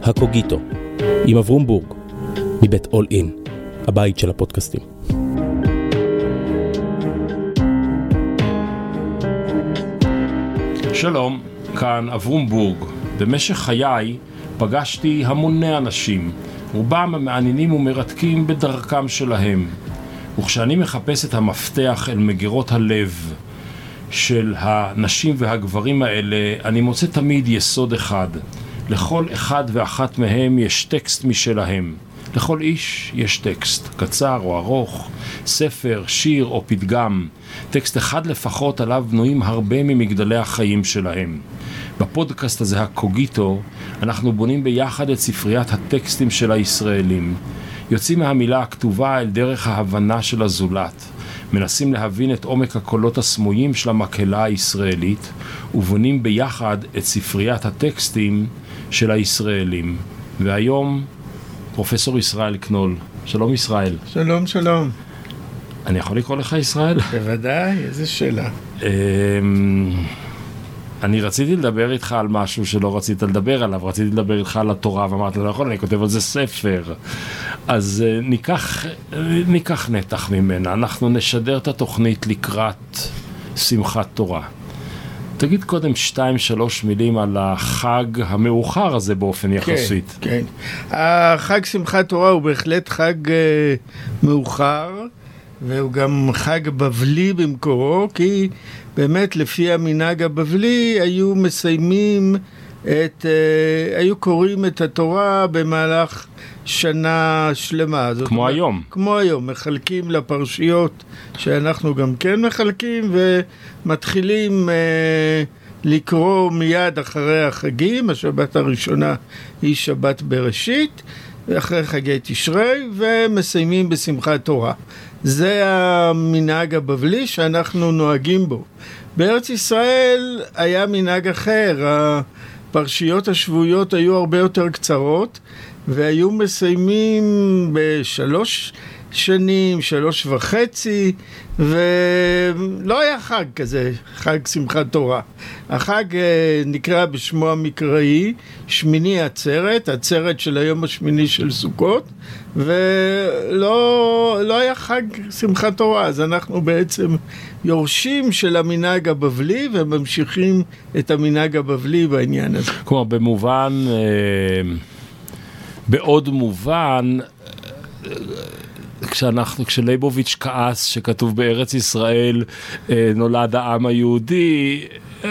הקוגיטו, עם אברום בורג, מבית אול אין, הבית של הפודקאסטים. שלום, כאן אברום בורג. במשך חיי פגשתי המוני אנשים, רובם מעניינים ומרתקים בדרכם שלהם. וכשאני מחפש את המפתח אל מגירות הלב של הנשים והגברים האלה, אני מוצא תמיד יסוד אחד. לכל אחד ואחת מהם יש טקסט משלהם. לכל איש יש טקסט, קצר או ארוך, ספר, שיר או פתגם. טקסט אחד לפחות עליו בנויים הרבה ממגדלי החיים שלהם. בפודקאסט הזה, הקוגיטו, אנחנו בונים ביחד את ספריית הטקסטים של הישראלים. יוצאים מהמילה הכתובה אל דרך ההבנה של הזולת. מנסים להבין את עומק הקולות הסמויים של המקהלה הישראלית, ובונים ביחד את ספריית הטקסטים של הישראלים. והיום, פרופסור ישראל קנול. שלום ישראל. שלום, שלום. אני יכול לקרוא לך ישראל? בוודאי, איזה שאלה. אני רציתי לדבר איתך על משהו שלא רצית לדבר עליו, רציתי לדבר איתך על התורה, ואמרתי, לא יכול, אני כותב על זה ספר. אז ניקח נתח ממנה, אנחנו נשדר את התוכנית לקראת שמחת תורה. תגיד קודם 2-3 מילים על החג המאוחר הזה באופן יחסית. כן, כן. החג שמחת תורה הוא בהחלט חג מאוחר, והוא גם חג בבלי במקורו, כי באמת לפי המנהג הבבלי היו מסיימים היו קוראים את התורה במהלך שנה שלמה. כמו היום. כמו היום, מחלקים לפרשיות שאנחנו גם כן מחלקים, ומתחילים לקרוא מיד אחרי החגים. השבת הראשונה היא שבת בראשית, אחרי חגי תשרי, ומסיימים בשמחת תורה. זה המנהג הבבלי שאנחנו נוהגים בו. בארץ ישראל היה מנהג אחר. הפרשיות השבועיות היו הרבה יותר קצרות, והיו מסיימים ב3 שנים, 3.5, ולא היה חג כזה, חג שמחת תורה. החג נקרא בשמו המקראי שמיני עצרת, עצרת של היום השמיני של סוכות, ולא היה חג שמחת תורה. אז אנחנו בעצם יורשים של המנהג הבבלי, וממשיכים את המנהג הבבלי בעניין הזה. כלומר, בעוד מובן, כשלייבוביץ' כעס שכתוב בארץ ישראל נולד העם היהודי,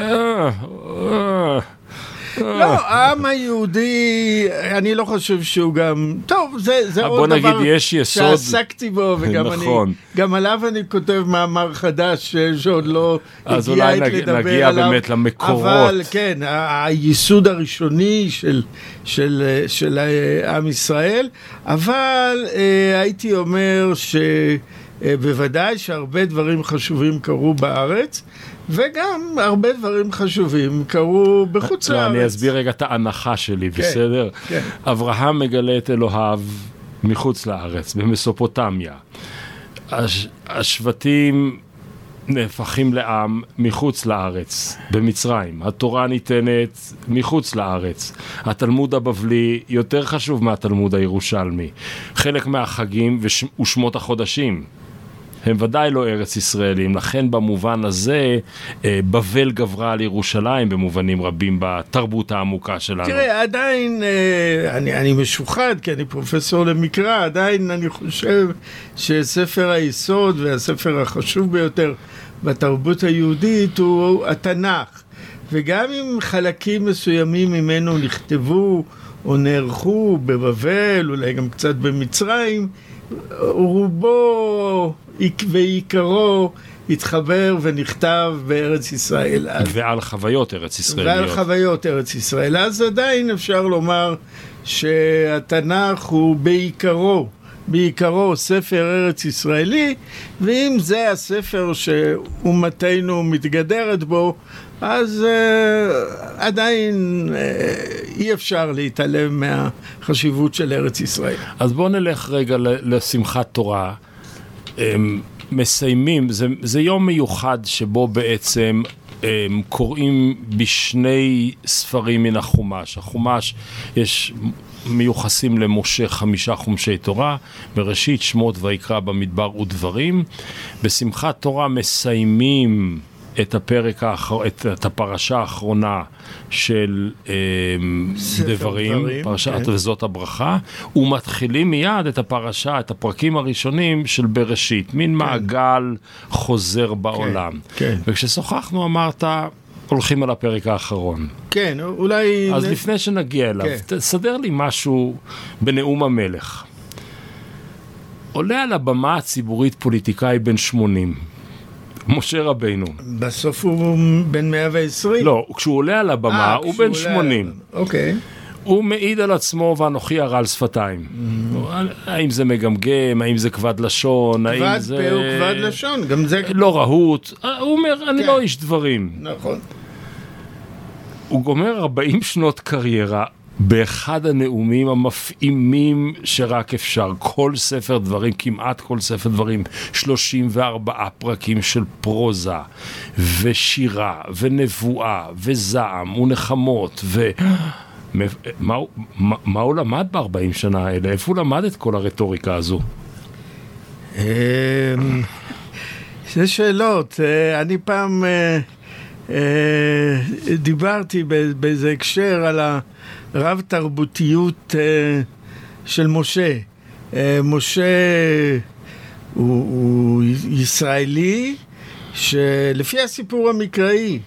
לא, העם היהודי, אני לא חושב שהוא גם, טוב, זה עוד דבר שעסקתי בו, וגם עליו אני כותב מאמר חדש שעוד לא הגיע לדבר עליו. אז אולי נגיע באמת למקורות. אבל כן, היסוד הראשוני של עם ישראל, אבל הייתי אומר שבוודאי שהרבה דברים חשובים קרו בארץ, וגם הרבה דברים חשובים קרו בחוץ לארץ. אני אסביר רגע את ההנחה שלי, בסדר? כן. אברהם מגלה את אלוהיו מחוץ לארץ, במסופוטמיה. השבטים נהפכים לעם מחוץ לארץ, במצרים. התורה ניתנת מחוץ לארץ. התלמוד הבבלי יותר חשוב מהתלמוד הירושלמי. חלק מהחגים ושמות החודשים הם ודאי לא ארץ ישראלים, לכן במובן הזה בבל גברה על ירושלים במובנים רבים בתרבות העמוקה שלנו. תראה, עדיין, אני משוחד, כי אני פרופסור למקרא, עדיין אני חושב שספר היסוד והספר החשוב ביותר בתרבות היהודית הוא התנ"ך. וגם אם חלקים מסוימים ממנו נכתבו או נערכו בבבל, אולי גם קצת במצרים, רובו ועיקרו התחבר ונכתב בארץ ישראל. ועל חוויות ארץ ישראליות. ועל חוויות ארץ ישראל. אז עדיין אפשר לומר שהתנ"ך הוא בעיקרו ספר ארץ ישראלי, ואם זה הספר שאומתנו מתגדרת בו, אז עדיין אי אפשר להתעלם מהחשיבות של ארץ ישראל. אז בואו נלך רגע לשמחת תורה. מסיימים, זה יום מיוחד שבו בעצם קוראים בשני ספרים מן החומש. החומש יש מיוחסים למשה 5 חומשי תורה, בראשית, שמות ויקרא, במדבר ודברים. בשמחת תורה מסיימים את את הפרשה האחרונה של דברים, פרשת וזאת הברכה, ומתחילים מיד את הפרשה, את הפרקים הראשונים של בראשית, מין מעגל חוזר בעולם. וכששוחחנו אמרת, הולכים על הפרק האחרון. כן, אולי... אז לפני שנגיע אליו, תסדר לי משהו בנאום המלך. עולה על הבמה הציבורית פוליטיקאי בן 80, משה רבינו. בסוף הוא בן 120? לא, כשהוא עולה על הבמה הוא בן 80. אוקיי. הוא מעיד על עצמו ואנוכי הרע על שפתיים. האם זה מגמגם, האם זה כבד לשון, האם זה... כבד פה הוא כבד לשון, גם זה... לא רהוט. הוא אומר, אני לא איש דברים. נכון. הוא גומר 40 שנות קריירה באחד הנאומים המפעימים שרק אפשר. כל ספר דברים, כמעט כל ספר דברים, 34 פרקים של פרוזה ושירה ונבואה וזעם ונחמות מה הוא למד ב-40 שנה האלה? איפה הוא למד את כל הרטוריקה הזו? זה שאלות. אני פעם דיברתי באיזה הקשר על הרב תרבותיות של משה. משה הוא ישראלי שלפי הסיפור המקראי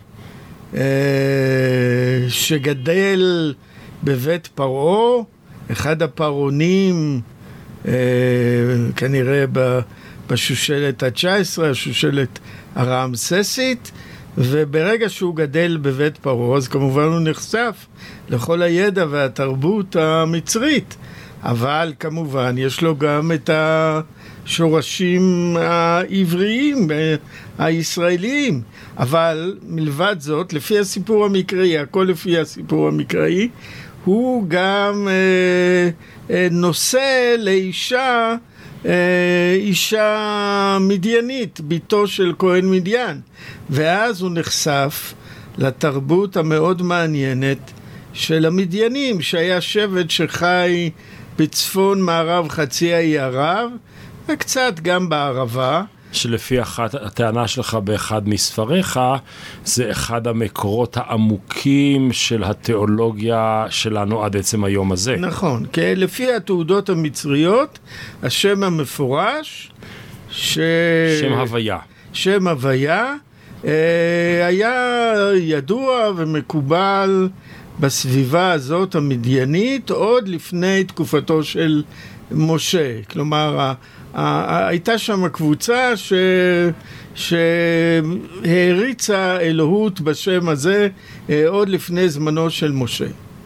שגדל בבית פרעה, אחד הפרעונים כנראה בשושלת ה-19, השושלת הרעמססית, וברגע שהוא גדל בבית פרעה, אז כמובן הוא נחשף לכל הידע והתרבות המצרית, אבל כמובן יש לו גם את השורשים העבריים הישראליים, אבל מלבד זאת, לפי הסיפור המקראי, הכל לפי הסיפור המקראי, הוא גם נושא לאישה, אישה מדיינית, ביתו של כהן מדיין, ואז הוא נחשף לתרבות המאוד מעניינת של המדיינים, שהיה שבט שחי בצפון מערב חצי האי ערב, וקצת גם בערבה. שלפי הטענה שלך באחד מספריך, זה אחד המקורות העמוקים של התיאולוגיה שלנו עד עצם היום הזה. נכון, כי לפי התעודות המצריות, השם המפורש, שם הוויה. שם הוויה, היה ידוע ומקובל בסביבה הזאת המדיינית, עוד לפני תקופתו של משה. כלומר, הייתה שם קבוצה שהריצה אלוהות בשם הזה עוד לפני זמנו של משה.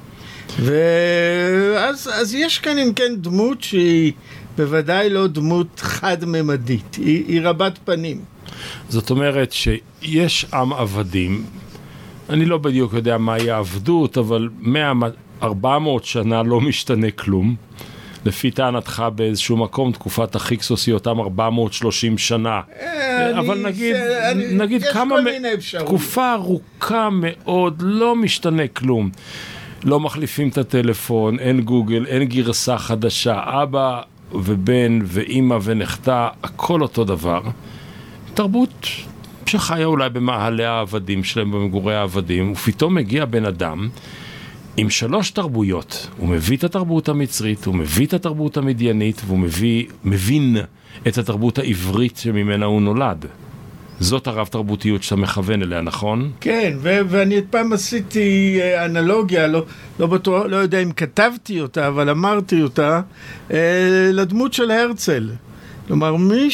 ואז יש כאן אם כן דמות שהיא בוודאי לא דמות חד-ממדית, היא רבת פנים. זאת אומרת שיש עם עבדים, אני לא בדיוק יודע מהי העבדות, אבל 400 שנה לא משתנה כלום. לפי טענתך באיזשהו מקום, תקופת החיקסוס היא אותם 430 שנה. אבל נגיד כמה, תקופה ארוכה מאוד, לא משתנה כלום. לא מחליפים את הטלפון, אין גוגל, אין גרסה חדשה, אבא ובן ואמא ונכדה, הכל אותו דבר. תרבות שחיה אולי במאהלי העבדים שלהם, במגורי העבדים, ופתאום מגיע בן אדם עם 3 תרבויות. הוא מביא את התרבות המצרית, הוא מביא את התרבות המדיינית, והוא מבין את התרבות העברית שממנה הוא נולד. זאת הרב תרבותיות שאתה מכוון אליה, נכון? כן, ואני פעם עשיתי אנלוגיה, לא יודע אם כתבתי אותה, אבל אמרתי אותה, לדמות של הרצל. כלומר, מי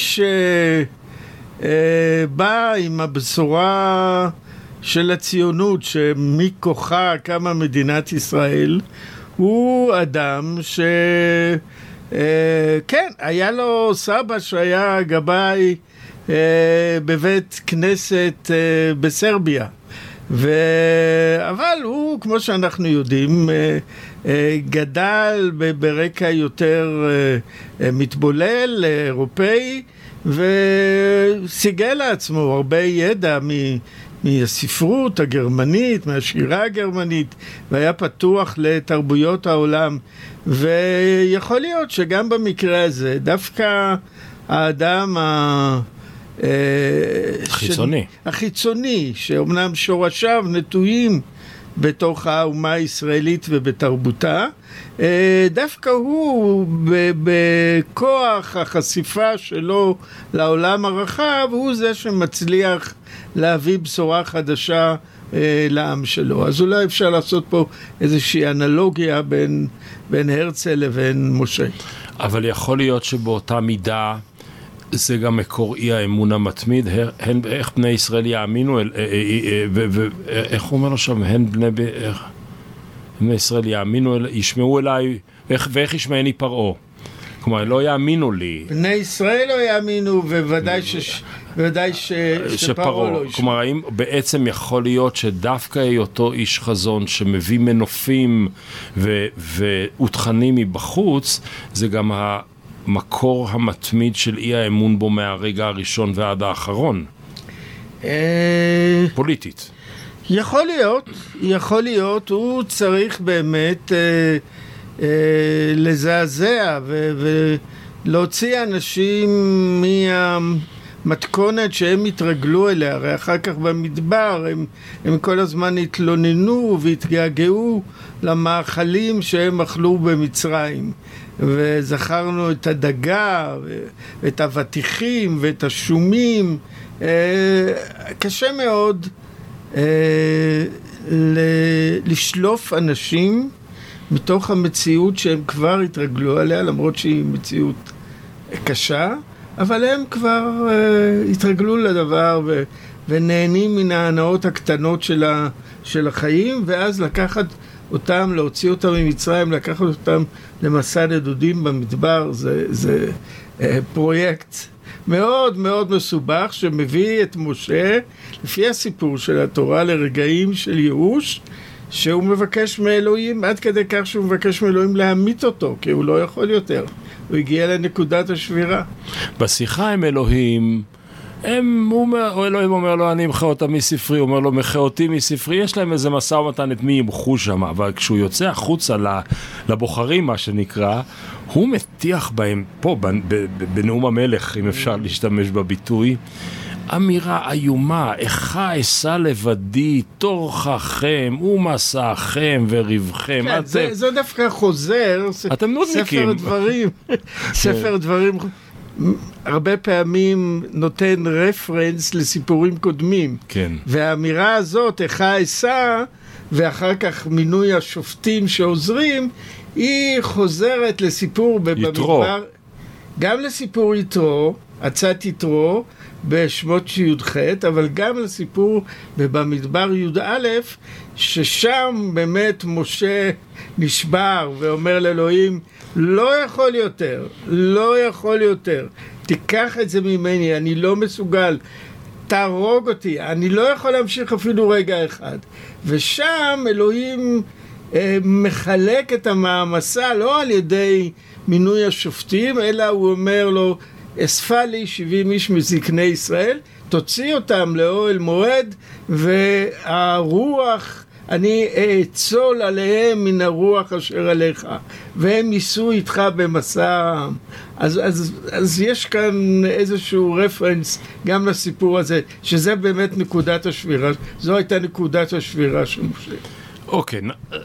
שבא עם הבשורה של הציונות, שמכוחה קמה מדינת ישראל, הוא אדם כן, היה לו סבא שהיה גבאי בבית כנסת בסרביה, אבל הוא, כמו שאנחנו יודעים, גדל ברקע יותר מתבולל, אירופאי, וסיגל לעצמו הרבה ידע מהספרות הגרמנית, מהשירה הגרמנית, והיה פתוח לתרבויות העולם. ויכול להיות שגם במקרה הזה, דווקא האדם החיצוני, שאומנם שורשיו נטועים בתוך האומה הישראלית ובתרבותה, דווקא הוא בכוח החשיפה שלו לעולם הרחב, הוא זה שמצליח להביא בשורה חדשה לעם שלו. אז אולי אפשר לעשות פה איזושהי אנלוגיה בין הרצל לבין משה. אבל יכול להיות שבאותה מידה זה גם מקור אי האמון המתמיד, איך בני ישראל יאמינו, איך הוא אומר לו שם, בני ישראל יאמינו, ישמעו אליי, ואיך ישמעני פרעה? כלומר, לא יאמינו לי. בני ישראל לא יאמינו, ובוודאי שפרעה לא ישמע. כלומר, האם בעצם יכול להיות שדווקא היותו איש חזון שמביא מנופים ותכנים מבחוץ, זה גם המקור המתמיד של אי האמון בו מהרגע הראשון ועד האחרון? פוליטית. יכול להיות, הוא צריך באמת לזעזע ולהוציא אנשים מהמתכונת שהם התרגלו אליה. הרי אחר כך במדבר הם כל הזמן התלוננו והתגעגעו למאכלים שהם אכלו במצרים, וזכרנו את הדגה ואת אבטיחים ואת השומים. קשה מאוד לשלוף אנשים מתוך המציאות שהם כבר התרגלו עליה, למרות שהיא מציאות קשה, אבל הם כבר התרגלו לדבר ונהנים מן ההנאות הקטנות של החיים, ואז לקחת אותם, להוציא אותם ממצרים, לקחת אותם למסע נדודים במדבר, זה פרויקט מאוד מאוד מסובך, שמביא את משה, לפי הסיפור של התורה, לרגעים של ייאוש, שהוא מבקש מאלוהים, עד כדי כך שהוא מבקש מאלוהים להמית אותו, כי הוא לא יכול יותר. הוא הגיע לנקודת השבירה. בשיחה עם אלוהים, אלוהים אומר לו, אני אמחה אותה מספרי, הוא אומר לו, מחה אותי מספרי, יש להם איזה מסע ומתן את מי ימחו שם, אבל כשהוא יוצא החוצה לבוחרים, מה שנקרא, הוא מטיח בהם, פה בנאום המלך, אם אפשר להשתמש בביטוי, אמירה איומה, איכה אשא לבדי, תורככם ומסעכם וריבכם. כן, זה דווקא חוזר, אתם נודניקים. ספר דברים, ספר דברים הרבה פעמים נותן רפרנס לסיפורים קודמים. כן. והאמירה הזאת, איכה אשא, ואחר כך מינוי השופטים שעוזרים, היא חוזרת לסיפור יתרו. גם לסיפור יתרו, עצת יתרו, בשמות י"ח, אבל גם לסיפור במדבר י"א, ששם באמת משה נשבר ואומר לאלוהים, לא יכול יותר, לא יכול יותר, תיקח את זה ממני, אני לא מסוגל, תהרוג אותי, אני לא יכול להמשיך אפילו רגע אחד. ושם אלוהים מחלק את המעמסה לא על ידי מינוי השופטים, אלא הוא אומר לו, אספה לי 70 איש מזקני ישראל, תוציא אותם לאוהל מועד, והרוח, אני אצול עליהם מן הרוח אשר עליך, והם ייסעו איתך במסע. אז יש כאן איזשהו רפרנס גם לסיפור הזה, שזה באמת נקודת השבירה, זו הייתה נקודת השבירה של משה. אוקיי,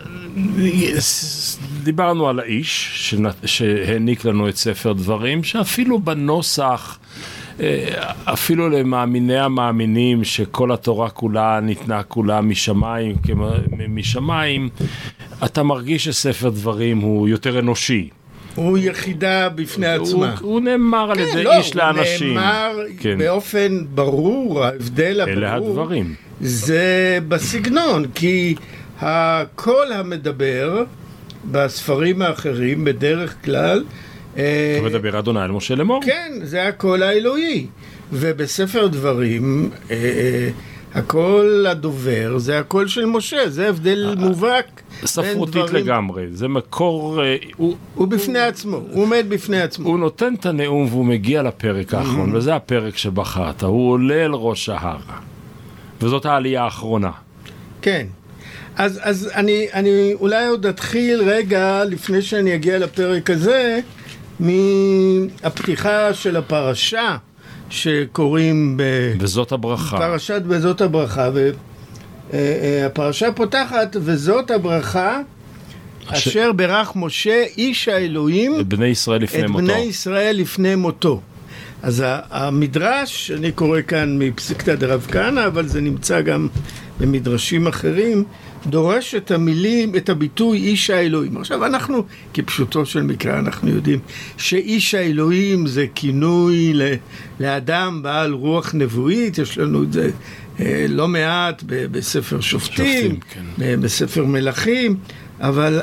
דיברנו על האיש שהעניק לנו את ספר דברים, שאפילו בנוסח, אפילו למאמיני המאמינים שכל התורה כולה ניתנה כולה משמיים, אתה מרגיש שספר דברים הוא יותר אנושי. הוא יחידה בפני עצמה. הוא נאמר על ידי איש לאנשים. הוא נאמר באופן ברור, ההבדל הברור. אלה הדברים. זה בסגנון, כי הקול המדבר בספרים האחרים בדרך כלל אתה מדבר אדוני אל משה לאמור. כן, זה הקול האלוהי. ובספר דברים הקול הדובר זה הקול של משה, זה הבדל מובהק. ספרותית לגמרי, זה מקור... הוא בפני עצמו, הוא עומד בפני עצמו. הוא נותן את הנאום והוא מגיע לפרק האחרון, וזה הפרק שבחרת, הוא עולה אל ראש ההר. וזאת העלייה האחרונה. כן. אז אני אולי עוד אתחיל רגע, לפני שאני אגיע לפרק הזה, מהפתיחה של הפרשה שקוראים וזאת הברכה. פרשת וזאת הברכה. והפרשה פותחת, וזאת הברכה אשר ברך משה איש האלוהים את בני ישראל לפני מותו. את בני ישראל לפני מותו. אז המדרש, אני קורא כאן מפסיקתא דרב כהנא, אבל זה נמצא גם במדרשים אחרים, דורש את המילים, את הביטוי איש האלוהים. עכשיו אנחנו, כפשוטו של מקרא, אנחנו יודעים שאיש האלוהים זה כינוי לאדם בעל רוח נבואית, יש לנו את זה לא מעט בספר שופטים, כן. בספר מלכים, אבל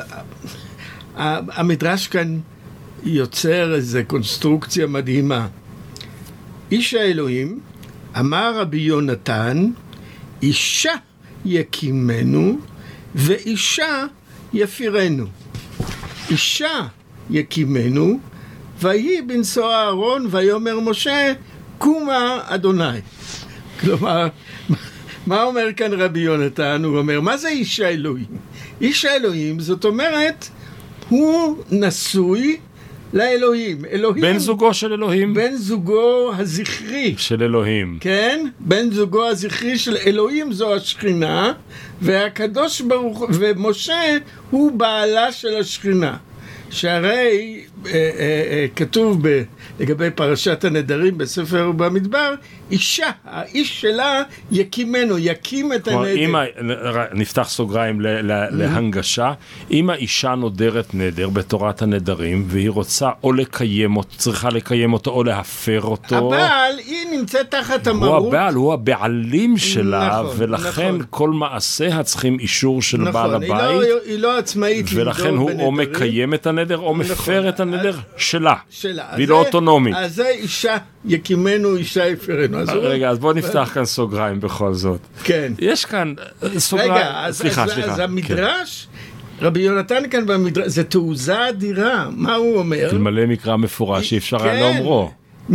המדרש כאן יוצר איזו קונסטרוקציה מדהימה. איש האלוהים, אמר רבי יונתן, אישה יקימנו ואישה יפירנו. אישה יקימנו, ויהי בנשוא אהרון ויאמר משה, קומה אדוני. כלומר, מה אומר כאן רבי יונתן? הוא אומר, מה זה איש האלוהים? איש האלוהים, זאת אומרת, הוא נשוי לאלוהים. אלוהים, בן זוגו של אלוהים. בן זוגו הזכרי. של אלוהים. כן? בן זוגו הזכרי של אלוהים זו השכינה, והקדוש ברוך ומשה הוא בעלה של השכינה. שהרי כתוב לגבי פרשת הנדרים בספר במדבר, אישה, האיש שלה יקימנו, יקים את הנדר. נפתח סוגריים להנגשה, אם האישה נודרת נדר בתורת הנדרים, והיא רוצה או לקיים אותו, צריכה לקיים אותו או להפר אותו. אבל היא נמצאת תחת המרות. הוא הבעל, הוא הבעלים שלה, נכון, ולכן נכון. כל מעשיה צריכים אישור של נכון, בעל הבית. היא לא עצמאית. ולכן הוא או מקיים את הנדר או מפר את הנדר שלה. והיא לא אוטונומית. אז זה אישה יקימנו, אישה יפרנו. רגע, אז בוא נפתח כאן סוגריים בכל זאת. כן. יש כאן סוגריים. רגע, סליחה. אז המדרש, רבי יונתן כאן במדרש, זה תעוזה אדירה. מה הוא אומר? אלמלא מקרא מפורש שאי אפשר היה לאומרו.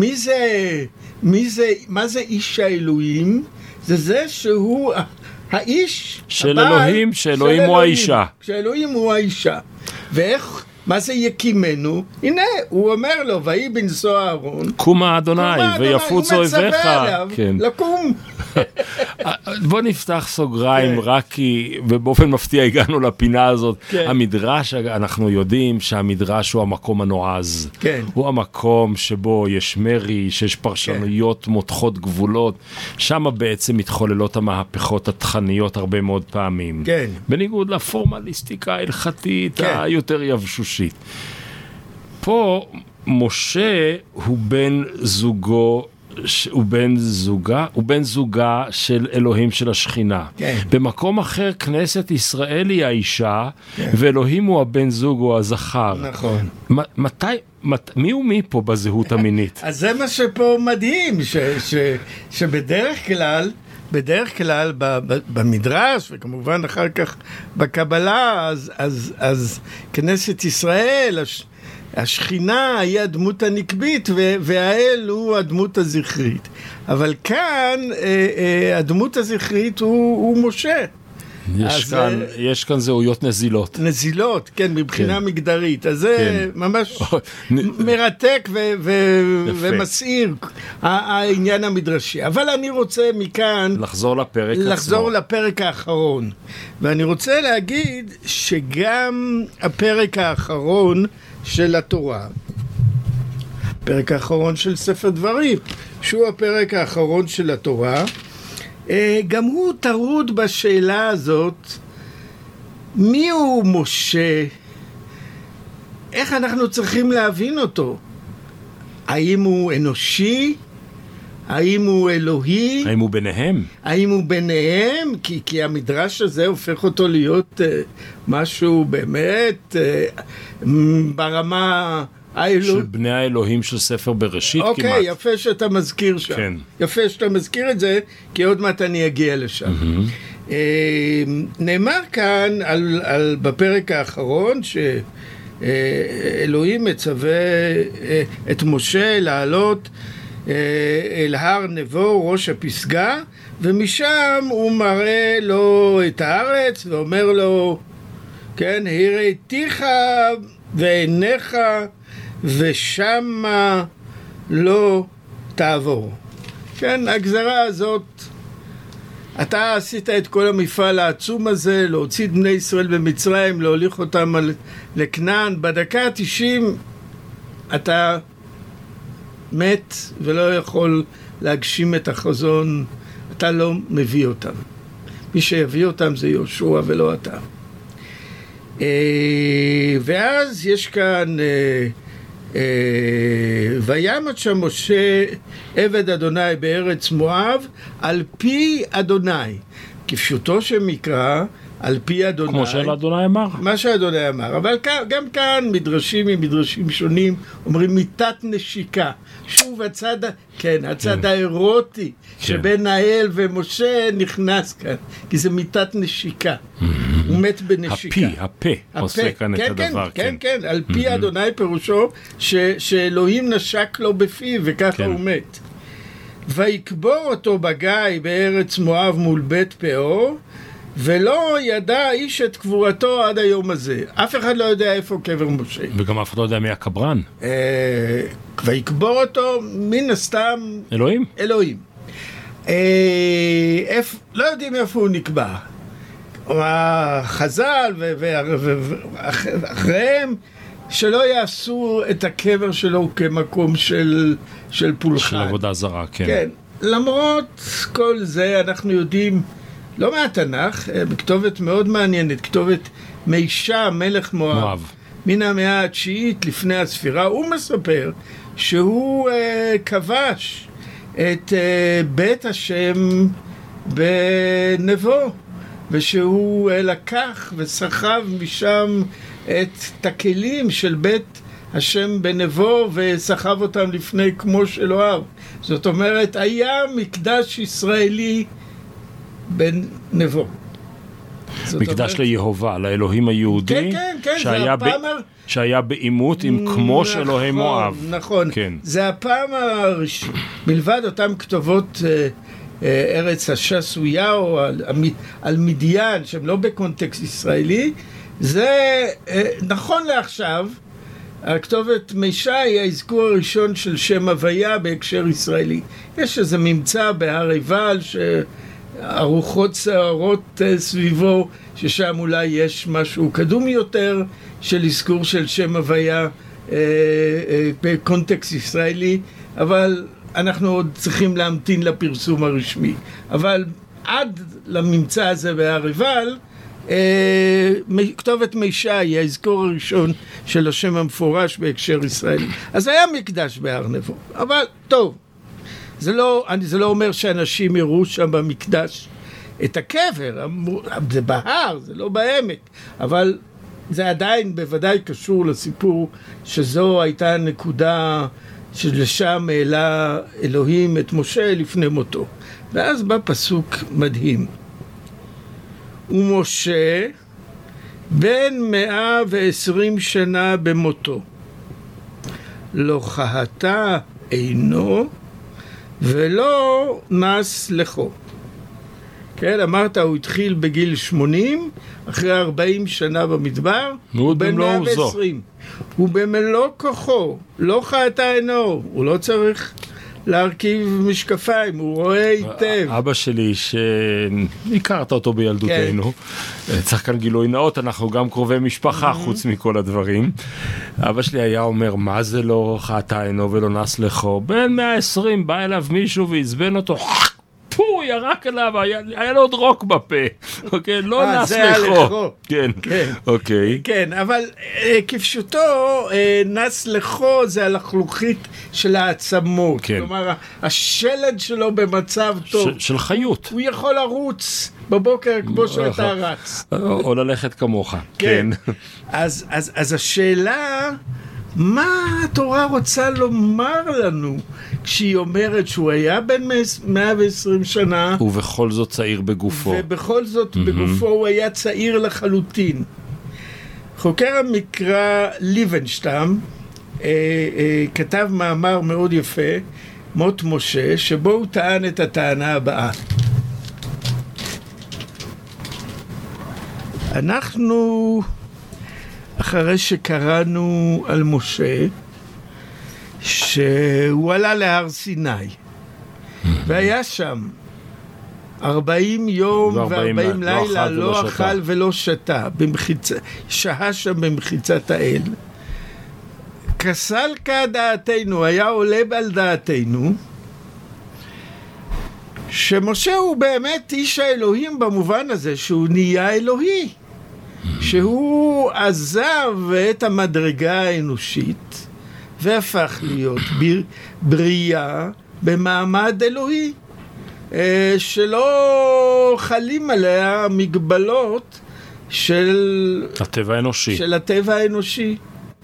מה זה איש האלוהים? זה שהוא האיש, של אלוהים, שאלוהים הוא האישה. שאלוהים הוא האישה. ואיך, מה זה יקימנו? הנה, הוא אומר לו, ויהי בנשוא אהרון, קומה אדוני, ויפוץ אויביך. כן. לקום. בוא נפתח סוגריים, רק כי, ובאופן מפתיע הגענו לפינה הזאת. המדרש, אנחנו יודעים שהמדרש הוא המקום הנועז. הוא המקום שבו יש מרי, שיש פרשנויות מותחות גבולות. שם בעצם מתחוללות המהפכות התכניות הרבה מאוד פעמים. בניגוד לפורמליסטיקה ההלכתית היותר יבשושית. פה משה הוא בן זוגו, הוא בן זוגה של אלוהים של השכינה. במקום אחר כנסת ישראל היא האישה, ואלוהים הוא הבן זוג או הזכר. נכון. מי הוא מי פה בזהות המינית? אז זה מה שפה מדהים, בדרך כלל במדרש, וכמובן אחר כך בקבלה, אז כנסת ישראל, השכינה היא הדמות הנקבית, והאל הוא הדמות הזכרית. אבל כאן, הדמות הזכרית הוא משה. יש כאן זהויות נזילות. נזילות, כן, מבחינה מגדרית. אז זה ממש מרתק ומסעיר העניין המדרשי. אבל אני רוצה מכאן לחזור לפרק האחרון. ואני רוצה להגיד שגם הפרק האחרון של התורה, הפרק האחרון של ספר דברים, שהוא הפרק האחרון של התורה, גם הוא טרוד בשאלה הזאת, מי הוא משה? איך אנחנו צריכים להבין אותו? האם הוא אנושי? האם הוא אלוהי? האם הוא ביניהם? האם הוא ביניהם? כי המדרש הזה הופך אותו להיות משהו באמת ברמה של בני האלוהים של ספר בראשית כמעט. אוקיי, יפה שאתה מזכיר שם. כן. יפה שאתה מזכיר את זה, כי עוד מעט אני אגיע לשם. נאמר כאן בפרק האחרון שאלוהים מצווה את משה לעלות אל הר נבו, ראש הפסגה, ומשם הוא מראה לו את הארץ ואומר לו, כן, הראיתיך ועיניך ושמה לא תעבור. כן, הגזרה הזאת, אתה עשית את כל המפעל העצום הזה, להוציא את בני ישראל במצרים, להוליך אותם לכנען, בדקה ה-90 אתה מת ולא יכול להגשים את החזון, אתה לא מביא אותם. מי שיביא אותם זה יהושע ולא אתה. ואז יש כאן וימת שם משה עבד אדוני בארץ מואב על פי אדוני, כפשוטו שמקרא על פי אדוני, כמו שאדוני אמר, מה שאדוני אמר. אבל גם כאן מדרשים ממדרשים שונים אומרים מיתת נשיקה, שוב הצד, כן, הצד האירוטי שבין האל ומשה נכנס כאן, כי זה מיתת נשיקה, הוא מת בנשיקה. הפה עושה כאן את הדבר. כן, על פי אדוני פירושו שאלוהים נשק לו בפיו וככה הוא מת. ויקבור אותו בגיא בארץ מואב מול בית פאור, ולא ידע איש את קבורתו עד היום הזה. אף אחד לא יודע איפה קבר משה. וגם אף אחד לא יודע מי הקברן. ויקבור אותו מן הסתם אלוהים. לא יודעים איפה הוא נקבע. החז"ל ואחריהם שלא יעשו את הקבר שלו כמקום של פולחן. של עבודה זרה, כן. כן. למרות כל זה אנחנו יודעים לא מהתנ"ך, בכתובת מאוד מעניינת, כתובת מישה מלך מואב. מן המאה התשיעית לפני הספירה, הוא מספר שהוא כבש את בית השם בנבו, ושהוא לקח וסחב משם את תקלים של בית השם בנבו וסחב אותם לפני כמו שלוהב. זאת אומרת, היה מקדש ישראלי בנבו. מקדש ליהובה, לאלוהים היהודי, שהיה בעימות עם כמו של אלוהי מואב. נכון, זה הפעם הראשונה, מלבד אותם כתובות ארץ השסויה או על מדיין, שהם לא בקונטקסט ישראלי, זה נכון לעכשיו, הכתובת מישה היא האזכור הראשון של שם הוויה בהקשר ישראלי. יש איזה ממצא בהר עיבל הרוחות סערות סביבו, ששם אולי יש משהו קדום יותר של אזכור של שם הוויה בקונטקסט ישראלי, אבל אנחנו עוד צריכים להמתין לפרסום הרשמי. אבל עד לממצא הזה בהר עיבל, כתובת מישה היא האזכור הראשון של השם המפורש בהקשר ישראלי. אז היה מקדש בהר נבו, אבל טוב, זה לא אומר שאנשים יראו שם במקדש את הקבר, זה בהר, זה לא בעמק, אבל זה עדיין בוודאי קשור לסיפור שזו הייתה הנקודה שלשם העלה אלוהים את משה לפני מותו. ואז בא פסוק מדהים. ומשה בן 120 שנה במותו, לא חהתה עינו ולא נס לכו. כן, אמרת, הוא התחיל בגיל 80, אחרי 40 שנה במדבר, הוא בן 120. הוא במלוא כוחו, לא חהתה עינו, הוא לא צריך להרכיב משקפיים, הוא רואה היטב. אבא שלי, שהכרת אותו בילדותנו, צריך כאן גילוי נאות, אנחנו גם קרובי משפחה חוץ מכל הדברים. אבא שלי היה אומר, מה זה לא חהתה עינו ולא נס לכו? בן 120 בא אליו מישהו והזבן אותו, הוא ירק אליו, היה לו עוד רוק בפה, אוקיי, לא נס לכו. כן, אוקיי. כן, אבל כפשוטו, נס לכו זה הלחלוכית של העצמות. כלומר, השלד שלו במצב טוב. של חיות. הוא יכול לרוץ בבוקר כמו שאתה רץ. או ללכת כמוך, כן. אז השאלה, מה התורה רוצה לומר לנו כשהיא אומרת שהוא היה בן 120 שנה ובכל זאת צעיר בגופו. ובכל זאת בגופו הוא היה צעיר לחלוטין. חוקר המקרא ליבנשטאם כתב מאמר מאוד יפה, מות משה, שבו הוא טען את הטענה הבאה. אנחנו, אחרי שקראנו על משה, שהוא עלה להר סיני, והיה שם 40 יום ו40 לילה, לא אכל ולא שתה, שהה שם במחיצת האל. כסל כדעתנו, היה עולה על דעתנו, שמשה הוא באמת איש האלוהים במובן הזה שהוא נהיה אלוהי, שהוא עזב את המדרגה האנושית והפך להיות בריאה במעמד אלוהי, שלא חלים עליה מגבלות של הטבע האנושי.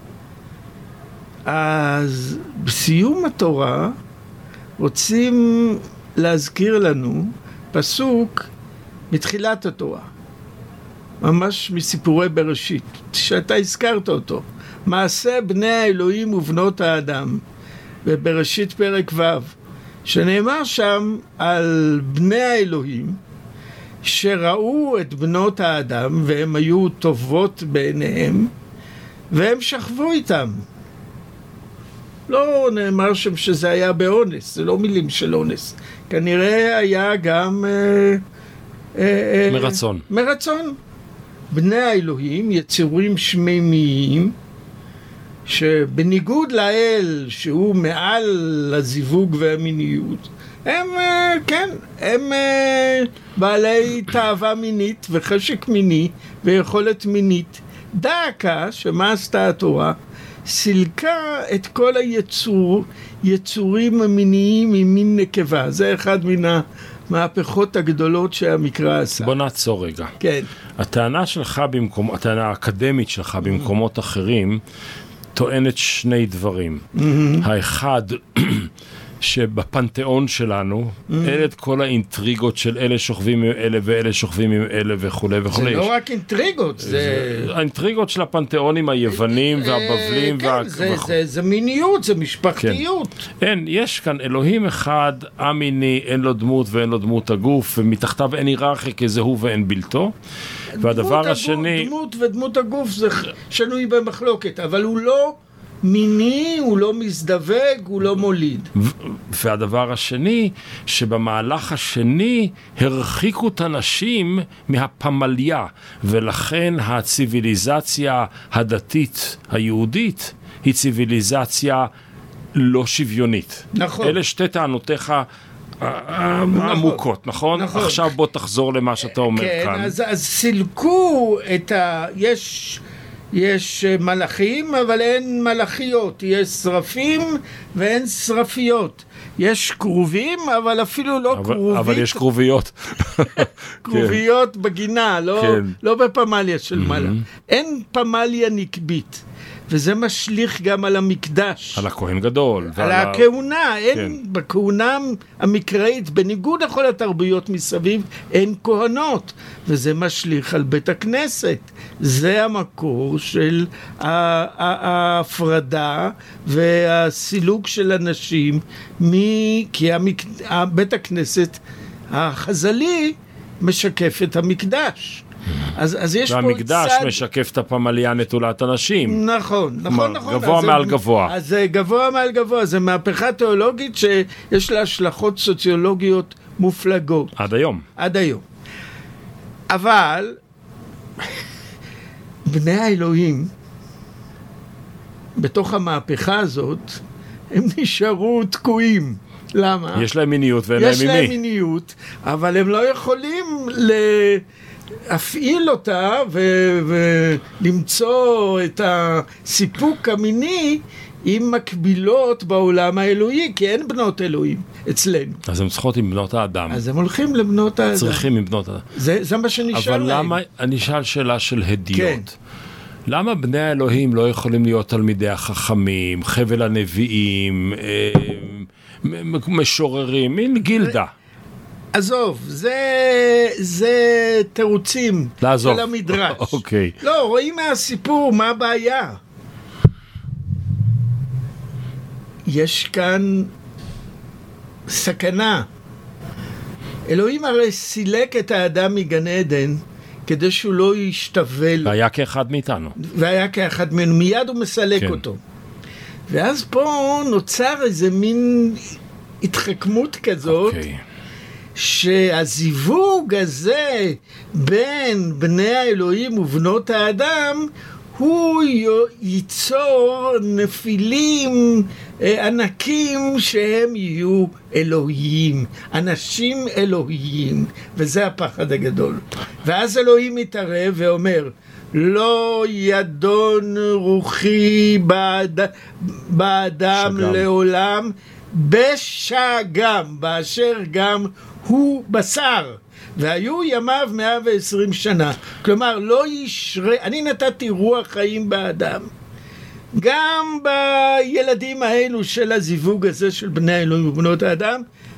אז בסיום התורה רוצים להזכיר לנו פסוק מתחילת התורה, ממש מסיפורי בראשית, שאתה הזכרת אותו, מעשה בני האלוהים ובנות האדם, בבראשית פרק ו', שנאמר שם על בני האלוהים שראו את בנות האדם והם היו טובות בעיניהם והם שכבו איתם. לא נאמר שם שזה היה באונס, זה לא מילים של אונס, כנראה היה גם מרצון. בני האלוהים, יצורים שמימיים, שבניגוד לאל שהוא מעל הזיווג והמיניות, הם בעלי תאווה מינית וחשק מיני ויכולת מינית. דאקה, שמה עשתה התורה? סילקה את כל היצורים המיניים ממין נקבה. זה אחד מן המהפכות הגדולות שהמקרא עשה. בוא נעצור רגע. כן. הטענה האקדמית שלך במקומות אחרים טוענת שני דברים. האחד, שבפנתיאון שלנו, אין את כל האינטריגות של אלה שוכבים עם אלה ואלה שוכבים עם אלה וכו' וכו'. זה לא רק אינטריגות, זה... האינטריגות של הפנתיאונים היוונים והבבלים זה מיניות, זה משפחתיות. אין, יש כאן אלוהים אחד, א-מיני, אין לו דמות ואין לו דמות הגוף, ומתחתיו אין היררכיה כי זה הוא ואין בלתו. והדבר השני... דמות ודמות הגוף זה שנוי במחלוקת, אבל הוא לא... מיני, הוא לא מזדווג, הוא לא מוליד. והדבר השני, שבמהלך השני הרחיקו את הנשים מהפמליה, ולכן הציביליזציה הדתית היהודית היא ציביליזציה לא שוויונית. נכון. אלה שתי טענותיך עמוקות, נכון? עכשיו בוא תחזור למה שאתה אומר כאן. כן, אז סילקו את יש מלאכים, אבל אין מלאכיות. יש שרפים ואין שרפיות. יש קרובים, אבל אפילו לא קרובית. אבל יש קרוביות. קרוביות בגינה, לא בפמליה של מלאך. אין פמליה נקבית. וזה משליך גם על המקדש. על הכהן גדול. על הכהונה. אין בכהונה המקראית, בניגוד לכל התרבויות מסביב, אין כהנות. וזה משליך על בית הכנסת. זה המקור של ההפרדה והסילוק של אנשים, כי בית הכנסת החז"לי משקף את המקדש. אז יש והמקדש פה משקף את הפמליה נטולת אנשים. נכון. גבוה מעל גבוה. אז זה גבוה מעל גבוה, זה מהפכה תיאולוגית שיש לה השלכות סוציולוגיות מופלגות. עד היום. אבל בני האלוהים, בתוך המהפכה הזאת, הם נשארו תקועים. למה? יש להם מיניות ואין להם ממי. יש להם מיניות, אבל הם לא יכולים להפעיל אותה ולמצוא את הסיפוק המיני עם מקבילות בעולם האלוהי, כי אין בנות אלוהים אצלנו. אז הם צריכות עם בנות האדם. אז הם הולכים לבנות האדם. צריכים עם בנות האדם. זה מה שנשאל להם. אבל למה, אני אשאל שאלה של הדיוט. למה בני האלוהים לא יכולים להיות תלמידי החכמים, חבל הנביאים, משוררים, מין גילדה? עזוב, זה תירוצים של המדרש. אוקיי. לא, רואים מהסיפור מה הבעיה. יש כאן סכנה. אלוהים הרי סילק את האדם מגן עדן כדי שהוא לא ישתבל. והיה כאחד מאיתנו. והיה כאחד מאיתנו, מיד הוא מסלק אותו. ואז פה נוצר איזה מין התחכמות כזאת, שהזיווג הזה בין בני האלוהים ובנות האדם, הוא ייצור נפילים ענקים שהם יהיו אלוהים, אנשים אלוהיים, וזה הפחד הגדול. ואז אלוהים מתערב ואומר, לא ידון רוחי באדם לעולם, בשגם, באשר גם הוא בשר. והיו ימיו 120 שנה. כלומר, לא ישרה, אני נתתי רוח חיים באדם. גם בילדים האלו של הזיווג הזה של בני האלוהים ובנות האדם,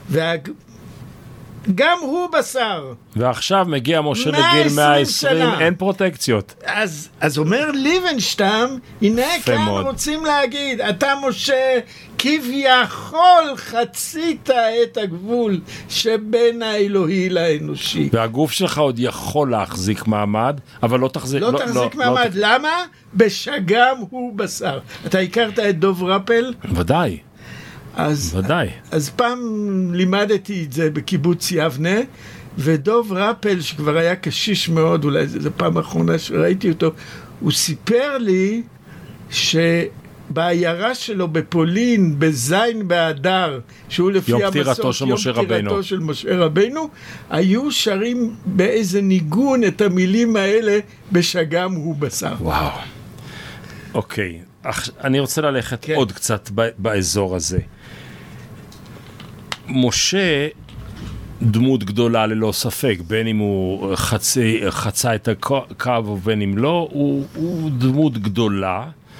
גם הוא בשר. ועכשיו מגיע משה לגיל 120, אין פרוטקציות. אז אומר ליבנשטיין, הנה כאן רוצים להגיד, אתה משה כביכול חצית את הגבול שבין האלוהי לאנושי. והגוף שלך עוד יכול להחזיק מעמד, אבל לא תחזיק... לא תחזיק מעמד, למה? בשגם הוא בשר. אתה הכרת את דוב רפל? ודאי. ודאי. אז פעם לימדתי את זה בקיבוץ יבנה, ודוב רפל, שכבר היה קשיש מאוד, אולי זו פעם האחרונה שראיתי אותו, הוא סיפר לי שבעיירה שלו בפולין, בזין באדר, שהוא לפי יום פטירתו של משה רבינו, היו שרים באיזה ניגון את המילים האלה, בשגם הוא בשר. וואו. אוקיי. אני רוצה ללכת עוד קצת באזור הזה. משה דמות גדולה ללא ספק, בין אם הוא חצה את הקו ובין אם לא, הוא דמות גדולה,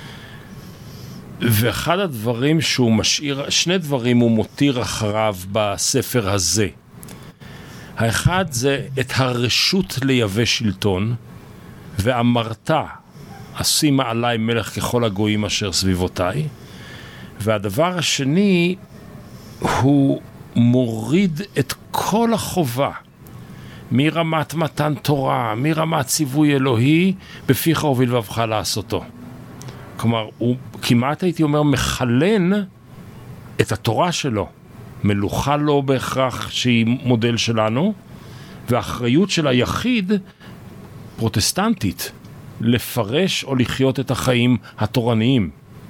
ואחד הדברים שהוא משאיר, שני דברים הוא מותיר אחריו בספר הזה. האחד זה את הרשות לייבא שלטון, ואמרת, אשימה עליי מלך ככל הגויים אשר סביבותיי. והדבר השני, הוא מוריד את כל החובה, מרמת מתן תורה, מרמת ציווי אלוהי, בפיך ובלבבך לעשותו. כלומר, הוא כמעט הייתי אומר מחלן את התורה שלו. מלוכה לא בהכרח שהיא מודל שלנו, והאחריות של היחיד פרוטסטנטית, לפרש או לחיות את החיים התורניים.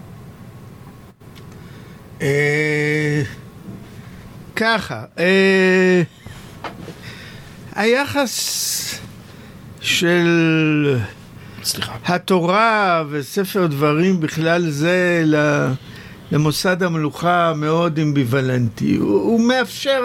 ככה, היחס של התורה וספר דברים בכלל זה למוסד המלוכה מאוד אמביוולנטי. הוא מאפשר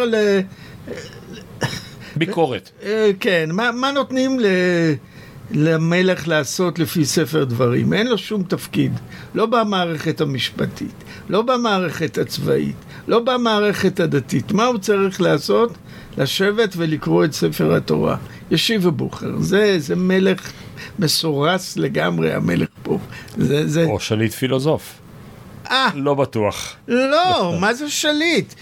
ביקורת. כן, מה נותנים למלך לעשות לפי ספר דברים? אין לו שום תפקיד, לא במערכת המשפטית, לא במערכת הצבאית, לא במערכת הדתית. מה הוא צריך לעשות? לשבת ולקרוא את ספר התורה. ישיב ובוחר. זה מלך מסורס לגמרי, המלך פה. או שליט פילוסוף. לא בטוח. לא, מה זה שליט?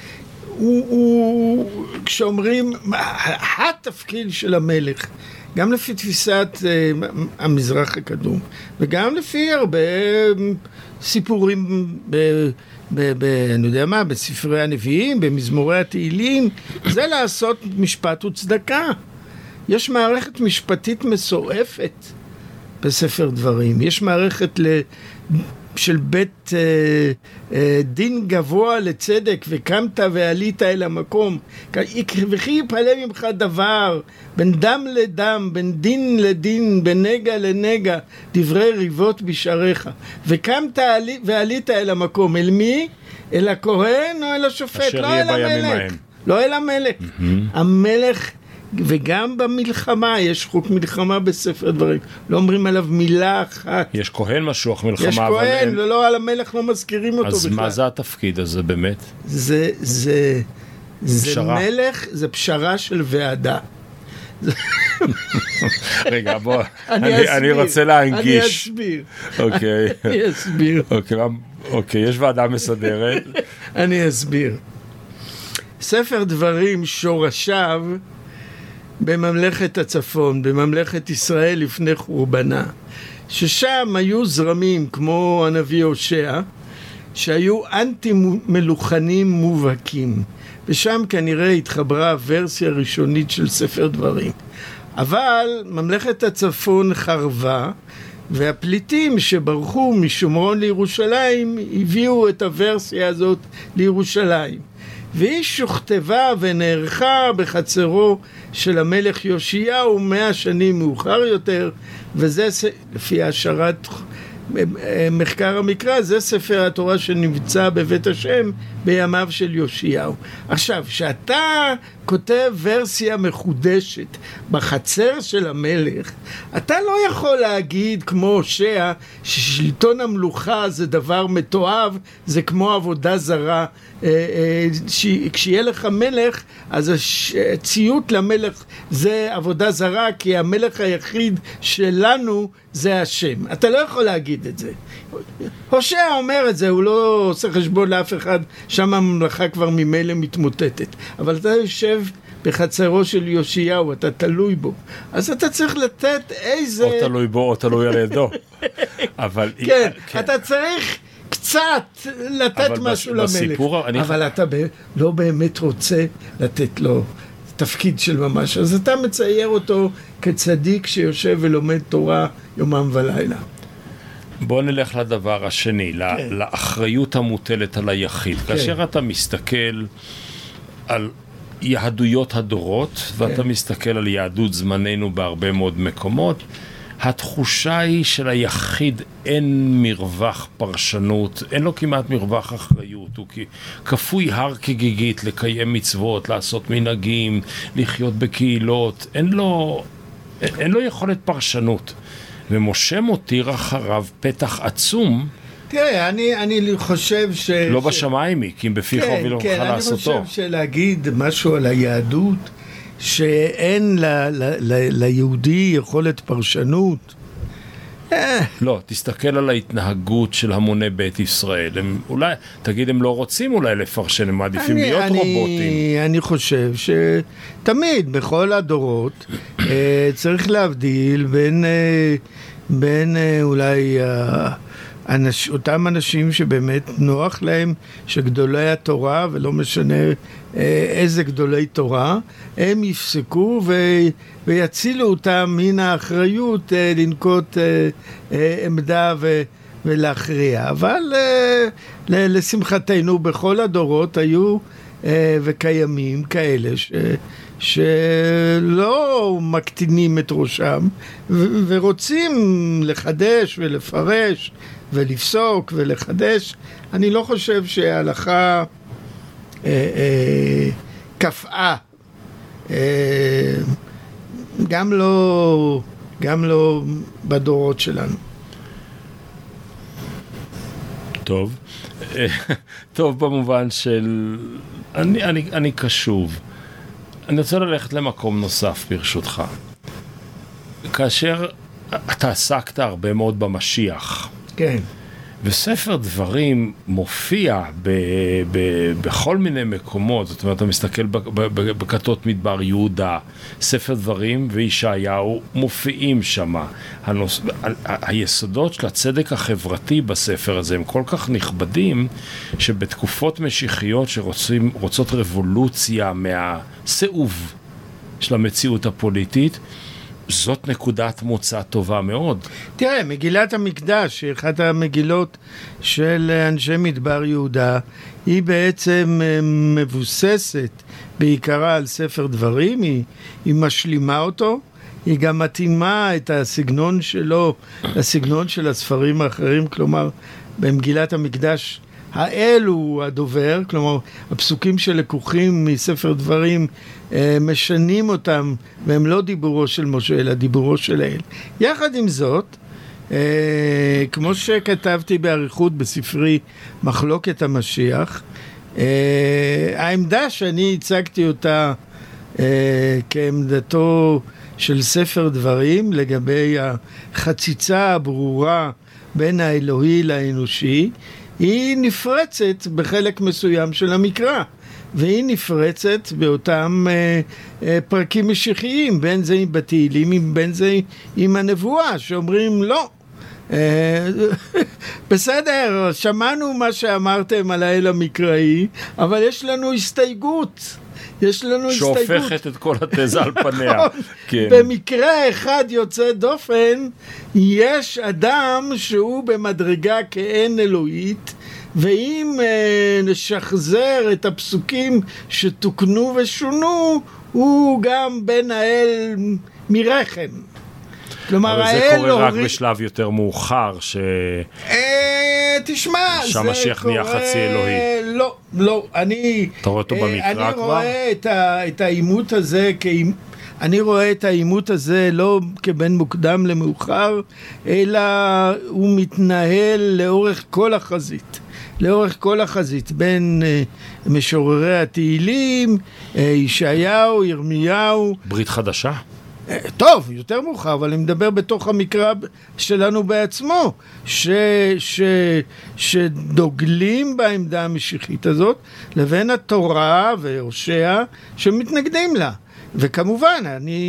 כשאומרים, התפקיד של המלך, גם לפי תפיסת המזרח הקדום, וגם לפי הרבה סיפורים אני יודע מה, בספרי הנביאים, במזמורי התהילים, זה לעשות משפט וצדקה. יש מערכת משפטית מסועפת בספר דברים. יש מערכת של בית דין גבוה לצדק, וקמת ועלית אל המקום. וכי יפעלה ממך דבר, בין דם לדם, בין דין לדין, בין נגע לנגע, דברי ריבות בשעריך. וקמת ועלית אל המקום. אל מי? אל הכהן או אל השופט? לא אל המלך. לא אל המלך. המלך וגם במלחמה, יש חוק מלחמה בספר דברים, לא אומרים עליו מילה אחת. יש כהן משוח מלחמה, יש כהן, לא על המלך לא מזכירים אותו אז בכלל. מה זה התפקיד הזה באמת? זה פשרה. מלך, זה פשרה של ועדה. רגע, בוא, אני רוצה להנגיש. אני אסביר. אוקיי. אני אסביר. אוקיי, יש ועדה מסדרת. אני אסביר. ספר דברים שורשיו בממלכת הצפון, בממלכת ישראל לפני חורבנה, ששם היו זרמים כמו הנביא הושע, שהיו אנטי מלוכנים מובהקים, ושם כנראה התחברה הוורסיה הראשונית של ספר דברים. אבל ממלכת הצפון חרבה, והפליטים שברחו משומרון לירושלים הביאו את הוורסיה הזאת לירושלים. והיא שוכתבה ונערכה בחצרו של המלך יאשיהו 100 שנים מאוחר יותר, וזה לפי השערת מחקר המקרא, זה ספר התורה שנמצא בבית השם בימיו של יאשיהו. עכשיו, כשאתה כותב ורסיה מחודשת בחצר של המלך, אתה לא יכול להגיד כמו הושע ששלטון המלוכה זה דבר מתועב, זה כמו עבודה זרה. כשיהיה לך מלך, אז הציות למלך זה עבודה זרה, כי המלך היחיד שלנו זה השם. אתה לא יכול להגיד את זה. הושע אומר את זה, הוא לא עושה חשבון לאף אחד, שם הממלכה כבר ממילא מתמוטטת. אבל אתה יושב בחצרו של יאשיהו, אתה תלוי בו. אז אתה צריך לתת איזה... או תלוי בו או תלוי על ידו. אבל... כן, אתה צריך... קצת לתת משהו למלך, אבל אתה לא באמת רוצה לתת לו תפקיד של ממש, אז אתה מצייר אותו כצדיק שיושב ולומד תורה יומם ולילה. בוא נלך לדבר השני, לאחריות המוטלת על היחיד. כאשר אתה מסתכל על יהדויות הדורות, ואתה מסתכל על יהדות זמננו בהרבה מאוד מקומות, התחושה היא של היחיד אין מרווח פרשנות, אין לו כמעט מרווח אחריות, הוא כפוי הר כגיגית לקיים מצוות, לעשות מנהגים, לחיות בקהילות, אין לו יכולת פרשנות. ומשה מותיר אחריו פתח עצום. תראה, אני חושב לא בשמיים היא, כי אם בפיך ובלבבך לעשותו. אני חושב שלהגיד משהו על היהדות, שאין ליהודי יכולת פרשנות. לא, תסתכל על ההתנהגות של המוני בית ישראל. אולי, תגיד, הם לא רוצים אולי לפרשן, הם מעדיפים להיות רובוטים. אני חושב שתמיד, בכל הדורות, צריך להבדיל בין אולי אותם אנשים שבאמת נוח להם, שגדולי התורה, ולא משנה איזה גדולי תורה, הם יפסקו ויצילו אותם מן האחריות לנקוט עמדה ולהכריע. אבל לשמחתנו בכל הדורות היו וקיימים כאלה שלא מקטינים את ראשם ורוצים לחדש ולפרש ולפסוק ולחדש. אני לא חושב שההלכה קפאה, גם לא בדורות שלנו. טוב במובן של אני קשוב. אני רוצה ללכת למקום נוסף ברשותך. כאשר אתה עסקת הרבה מאוד במשיח. כן. וספר דברים מופיע בכל מיני מקומות, זאת אומרת, אתה מסתכל בכתות מדבר יהודה, ספר דברים וישעיהו מופיעים שם. היסודות של הצדק החברתי בספר הזה הם כל כך נכבדים, שבתקופות משיחיות שרוצות רבולוציה מהסיאוב של המציאות הפוליטית, זאת נקודת מוצא טובה מאוד. תראה, מגילת המקדש, אחת המגילות של אנשי מדבר יהודה, היא בעצם מבוססת בעיקרה על ספר דברים, היא משלימה אותו, היא גם מתאימה את הסגנון שלו לסגנון של הספרים האחרים, כלומר, במגילת המקדש האל הוא הדובר, כלומר הפסוקים שלקוחים מספר דברים משנים אותם, והם לא דיבורו של משה אלא דיבורו של האל. יחד עם זאת, כמו שכתבתי באריכות בספרי מחלוקת המשיח, העמדה שאני הצגתי אותה כעמדתו של ספר דברים לגבי החציצה הברורה בין האלוהי לאנושי, היא נפרצת בחלק מסוים של המקרא, והיא נפרצת באותם פרקים משיחיים, בין זה בתהילים, בין זה עם הנבואה, שאומרים לא. בסדר, שמענו מה שאמרתם על האל המקראי, אבל יש לנו הסתייגות. שהופכת את כל התזה על פניה. כן. במקרה אחד יוצא דופן, יש אדם שהוא במדרגה כאין אלוהית, ואם נשחזר את הפסוקים שתוקנו ושונו, הוא גם בן האל מרחם. כלומר, אבל זה קורה רק בשלב יותר מאוחר, תשמע, שהמשיח נהיה חצי אלוהי. לא, אני... אתה רואה אותו במקרא כבר? אני רואה את העימות הזה אני רואה את העימות הזה לא כבין מוקדם למאוחר, אלא הוא מתנהל לאורך כל החזית, בין משוררי התהילים, ישעיהו, ירמיהו. ברית חדשה? טוב, יותר מאוחר, אבל אני מדבר בתוך המקרא שלנו בעצמו, שדוגלים בעמדה המשיחית הזאת, לבין התורה והושע שמתנגדים לה. וכמובן,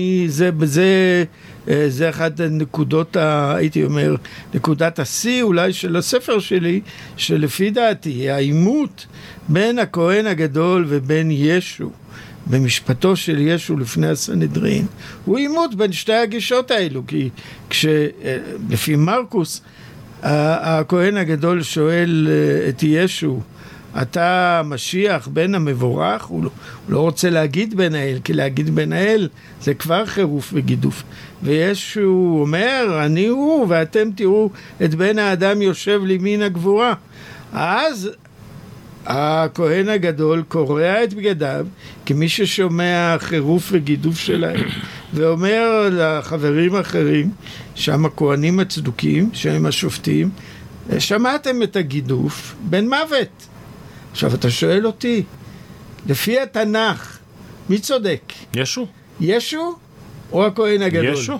זה אחת הנקודות, הייתי אומר, נקודת השיא אולי של הספר שלי, שלפי דעתי, העימות בין הכהן הגדול ובין ישו, במשפטו של ישו לפני הסנהדרין, הוא עימות בין שתי הגישות האלו, כי לפי מרקוס, הכהן הגדול שואל את ישו, אתה משיח בן המבורך? הוא לא רוצה להגיד בן האל, כי להגיד בן האל זה כבר חירוף וגידוף. וישו אומר, אני הוא, ואתם תראו את בן האדם יושב לימין הגבורה. אז הכהן הגדול קורע את בגדיו, כמי ששומע חירוף וגידוף שלהם, ואומר לחברים האחרים, שם הכהנים הצדוקים, שהם השופטים, שמעתם את הגידוף, בן מוות. עכשיו אתה שואל אותי, לפי התנ"ך, מי צודק? ישו. ישו או הכהן הגדול? ישו.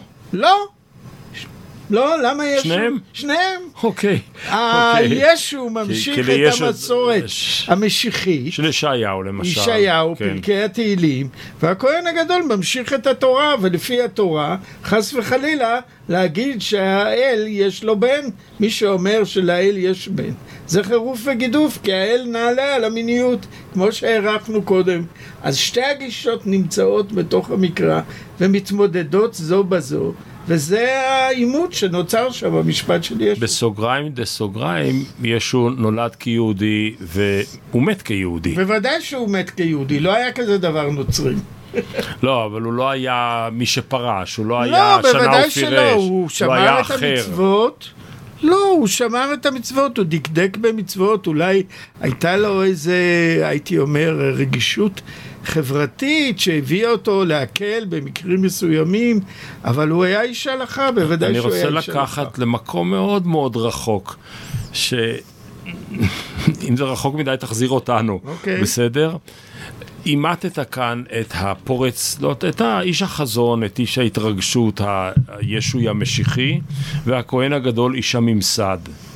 לא, למה ישו? שניהם? אוקיי. ישו ממשיך את המסורת המשיחית. של ישעיהו למשל. ישעיהו, פרקי התהילים, והכהן הגדול ממשיך את התורה, ולפי התורה, חס וחלילה, להגיד שהאל יש לו בן, מי שאומר שלאל יש בן. זה חירוף וגידוף, כי האל נעלה על המיניות, כמו שהערכנו קודם. אז שתי הגישות נמצאות בתוך המקרא, ומתמודדות זו בזו, וזה העימות שנוצר שם במשפט של ישו. בסוגריים, ישו נולד כיהודי והוא מת כיהודי. בוודאי שהוא מת כיהודי, לא היה כזה דבר נוצרי. לא, אבל הוא לא היה מי שפרש, הוא לא היה שנה ופירש, הוא שמר את המצוות. לא, הוא שמר את המצוות, הוא דקדק במצוות, אולי הייתה לו איזה, הייתי אומר, רגישות חברתית שהביאה אותו להקל במקרים מסוימים, אבל הוא היה איש הלכה, בוודאי שהוא היה איש הלכה. אני רוצה לקחת למקום מאוד מאוד רחוק, שאם זה רחוק מדי תחזיר אותנו, בסדר? אימתת כאן את הפורץ, את האיש החזון, את איש ההתרגשות, הישוי המשיחי, והכהן הגדול איש הממסד.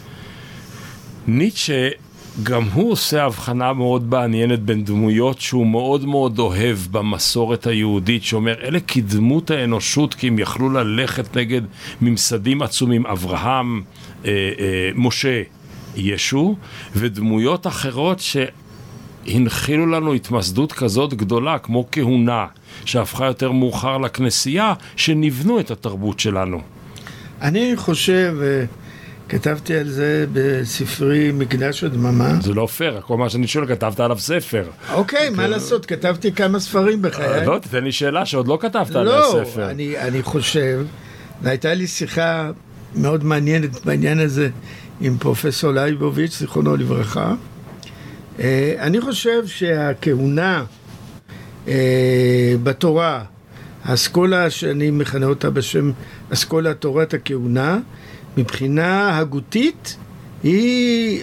ניטשה גם הוא עושה הבחנה מאוד מעניינת בין דמויות שהוא מאוד מאוד אוהב במסורת היהודית, שאומר, אלה כדמות האנושות, כי הם יכלו ללכת נגד ממסדים עצומים, אברהם, משה, ישו, ודמויות אחרות שהנחילו לנו התמסדות כזאת גדולה, כמו כהונה, שהפכה יותר מאוחר לכנסייה, שנבנו את התרבות שלנו. אני חושב... כתבתי על זה בספרי מקדש הדממה. זה לא פייר, כל מה שאני שואל, כתבת עליו ספר. אוקיי, מה לעשות? כתבתי כמה ספרים בחיי. לא, תתן לי שאלה שעוד לא כתבת על הספר. לא, אני חושב, והייתה לי שיחה מאוד מעניינת בעניין הזה עם פרופסור לייבוביץ', זיכרונו לברכה, אני חושב שהכהונה בתורה, האסכולה שאני מכנה אותה בשם אסכולה תורת הכהונה, מבחינה הגותית היא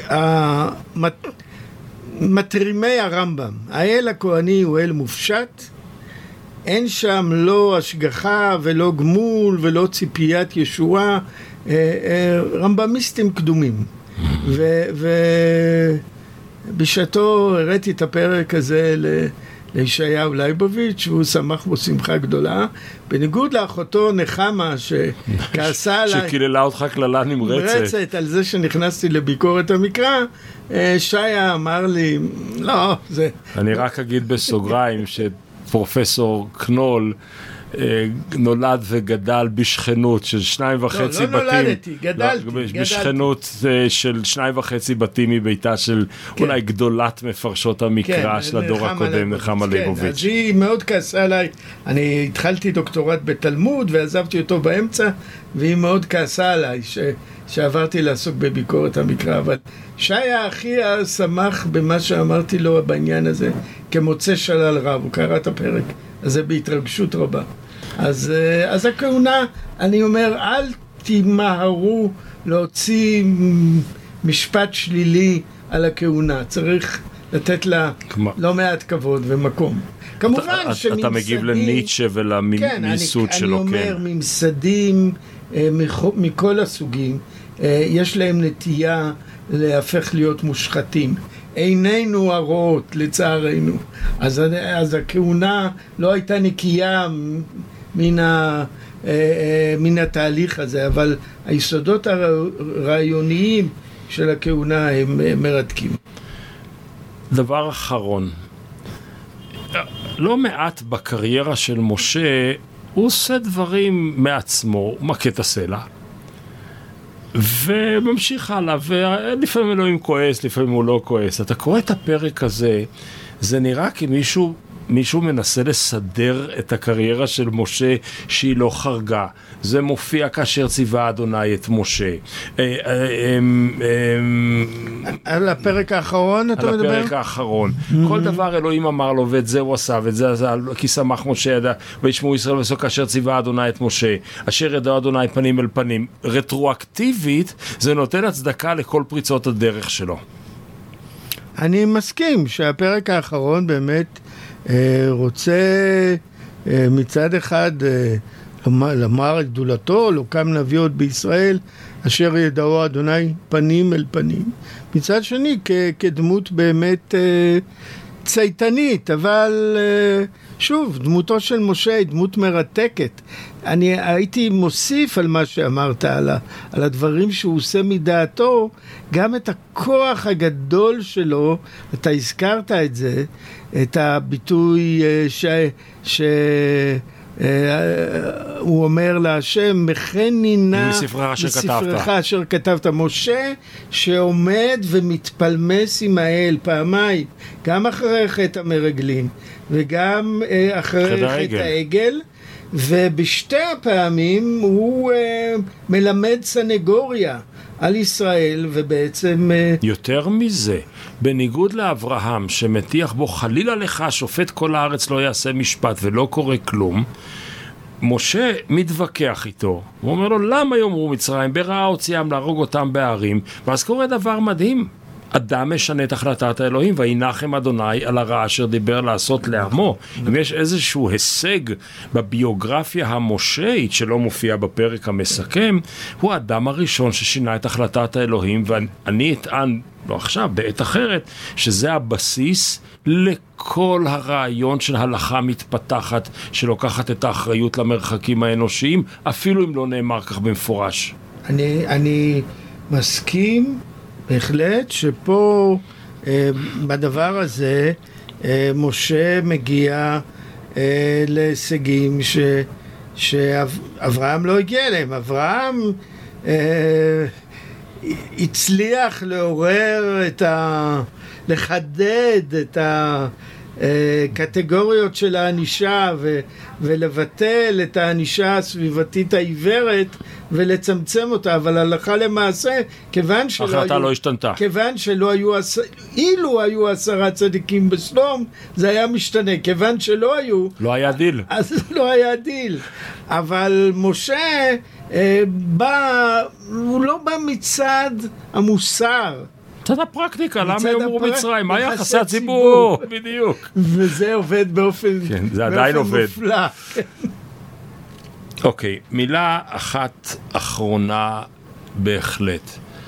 מטרימי הרמב"ם. האל הכהני הוא אל מופשט, אין שם לא השגחה ולא גמול ולא ציפיית ישועה, רמב"מיסטים קדומים. ובשעתו הראיתי את הפרק הזה לישעיהו ליבוביץ', והוא שמח בו שמחה גדולה, בניגוד לאחותו נחמה שכעסה עליי, שקיללה אותך כללה נמרצת על זה שנכנסתי לביקורת המקרא. שיה אמר לי, לא, זה... אני רק אגיד בסוגריים שפרופסור קנול נולד וגדל בשכנות של 2.5 בתים. לא נולדתי, גדלתי. בשכנות של 2.5 בתים מביתה של אולי גדולת מפרשות המקרא של הדור הקודם, נחמה ליבוביץ'. אז היא מאוד כעסה עליי. אני התחלתי דוקטורט בתלמוד ועזבתי אותו באמצע, והיא מאוד כעסה עליי שעברתי לעסוק בביקורת המקרא. אבל שיה הכי שמח במה שאמרתי לו בעניין הזה, כמוצא שלל רב. הוא קרא את הפרק הזה בהתרגשות רבה. אז הכהונה, אני אומר, אל תמהרו להוציא משפט שלילי על הכהונה. צריך לתת לה לא מעט כבוד ומקום. כמובן שממסדים... אתה מגיב לניטשה ולמיסוד שלו, כן. אני אומר, ממסדים מכל הסוגים, יש להם נטייה להפך להיות מושחתים. עינינו הרואות, לצערנו. אז הכהונה לא הייתה נקייה מן התהליך הזה, אבל היסודות הרעיוניים של הכהונה הם מרתקים. דבר אחרון, לא מעט בקריירה של משה, הוא עושה דברים מעצמו, הוא מכה את הסלע, וממשיך הלאה, ולפעמים אלוהים כועס, לפעמים הוא לא כועס. אתה קורא את הפרק הזה, זה נראה כי מישהו מנסה לסדר את הקריירה של משה שהיא לא חרגה. זה מופיע כאשר ציווה אדוני את משה. על הפרק האחרון אתה מדבר? על הפרק האחרון. כל דבר אלוהים אמר לו, ואת זה הוא עשה, ואת זה עשה, כי שמח משה ידע, וישמעו ישראל ועשו כאשר ציווה אדוני את משה, אשר ידע אדוני פנים אל פנים. רטרואקטיבית, זה נותן הצדקה לכל פריצות הדרך שלו. אני מסכים שהפרק האחרון באמת רוצה מצד אחד לומר את גדולתו, לא קם נביא עוד בישראל אשר ידעו אדוני פנים אל פנים. מצד שני כדמות באמת צייתנית, אבל שוב, דמותו של משה היא דמות מרתקת. אני הייתי מוסיף על מה שאמרת, על הדברים שהוא עושה מדעתו, גם את הכוח הגדול שלו. אתה הזכרת את זה, את הביטוי הוא אומר להשם, מכני נא מספרך אשר כתבת. משה שעומד ומתפלמס עם האל פעמיים, גם אחרי חטא המרגלים וגם אחרי חטא העגל, ובשתי הפעמים הוא מלמד סנגוריה על ישראל, ובעצם... יותר מזה, בניגוד לאברהם שמתיח בו חלילה לך שופט כל הארץ לא יעשה משפט ולא קורה כלום, משה מתווכח איתו, הוא אומר לו, למה יאמרו מצרים ברעה הוציאם להרוג אותם בערים? ואז קורה דבר מדהים, אדם משנה את החלטת האלוהים, וינחם אדוני על הרע אשר דיבר לעשות לעמו. אם יש איזשהו הישג בביוגרפיה המושאית שלא מופיע בפרק המסכם, הוא האדם הראשון ששינה את החלטת האלוהים, ואני אטען, לא עכשיו, בעת אחרת, שזה הבסיס לכל הרעיון של הלכה מתפתחת, שלוקחת את האחריות למרחקים האנושיים, אפילו אם לא נאמר כך במפורש. אני מסכים בהחלט שפה בדבר הזה משה מגיע להישגים שאברהם לא הגיע אליהם. אברהם הצליח לעורר לחדד קטגוריות של הענישה ולבטל את הענישה הסביבתית העיוורת ולצמצם אותה, אבל הלכה למעשה, כיוון לא השתנתה. כיוון שלא היו, אילו היו 10 צדיקים בסדום, זה היה משתנה. כיוון שלא היו, לא היה דיל. אז לא היה דיל. אבל משה הוא לא בא מצד המוסר. מצד הפרקטיקה, למה יאמרו מצרים? מה יחסי הציבור? בדיוק. וזה עובד באופן זה עדיין עובד. מופלא. אוקיי, מילה אחת אחרונה בהחלט.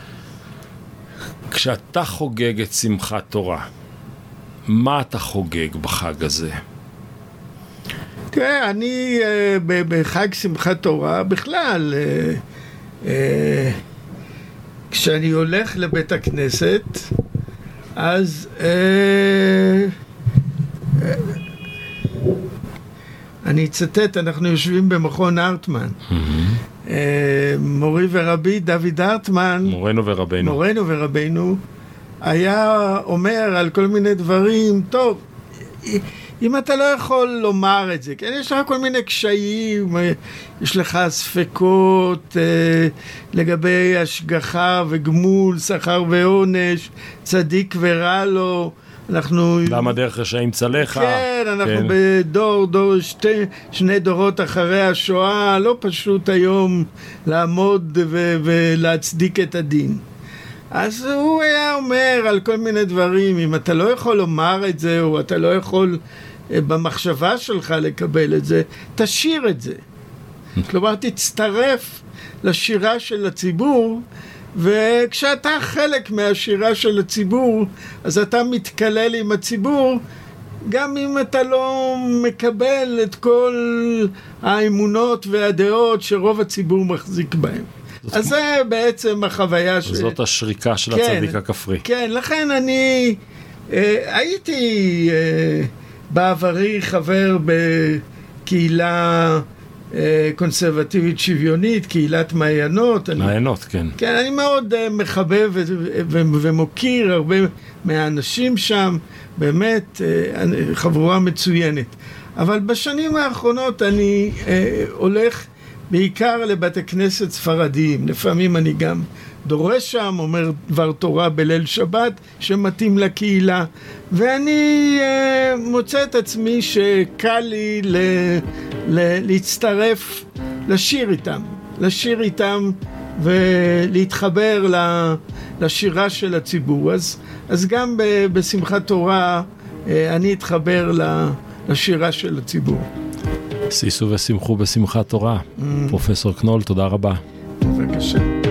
כשאתה חוגג את שמחת תורה, מה אתה חוגג בחג הזה? תראה, אני בחג שמחת תורה, בכלל, כשאני הולך לבית הכנסת, אז אני אצטט, אנחנו יושבים במכון הרטמן. מורי ורבי דוד הרטמן, מורנו ורבינו, היה אומר על כל מיני דברים, טוב, אם אתה לא יכול לומר את זה, כן, יש לך כל מיני קשיים, יש לך ספקות לגבי השגחה וגמול, שכר ועונש, צדיק ורע לו, אנחנו... למה דרך רשעים צלחה? כן, אנחנו שני דורות אחרי השואה, לא פשוט היום לעמוד ולהצדיק את הדין. אז הוא היה אומר על כל מיני דברים, אם אתה לא יכול לומר את זה, או אתה לא יכול במחשבה שלך לקבל את זה, תשאיר את זה. כלומר, תצטרף לשירה של הציבור, וכשאתה חלק מהשירה של הציבור, אז אתה מתקלל עם הציבור, גם אם אתה לא מקבל את כל האמונות והדעות שרוב הציבור מחזיק בהם. אז זה בעצם החוויה זאת השריקה של הצדיק הכפרי. כן, לכן אני הייתי בעברי חבר בקהילה קונסרבטיבית שוויונית, קהילת מעיינות. מעיינות, כן. כן, אני מאוד מחבב ומוקיר הרבה מהאנשים שם, באמת חבורה מצוינת. אבל בשנים האחרונות אני הולך בעיקר לבתי כנסת ספרדיים. לפעמים אני גם דורש שם, אומר דבר תורה בליל שבת שמתאים לקהילה, ואני מוצא את עצמי שקל לי להצטרף, לשיר איתם ולהתחבר לשירה של הציבור. אז גם בשמחת תורה אני אתחבר לשירה של הציבור. שישו ושמחו בשמחת תורה. פרופסור קנול, תודה רבה. בבקשה.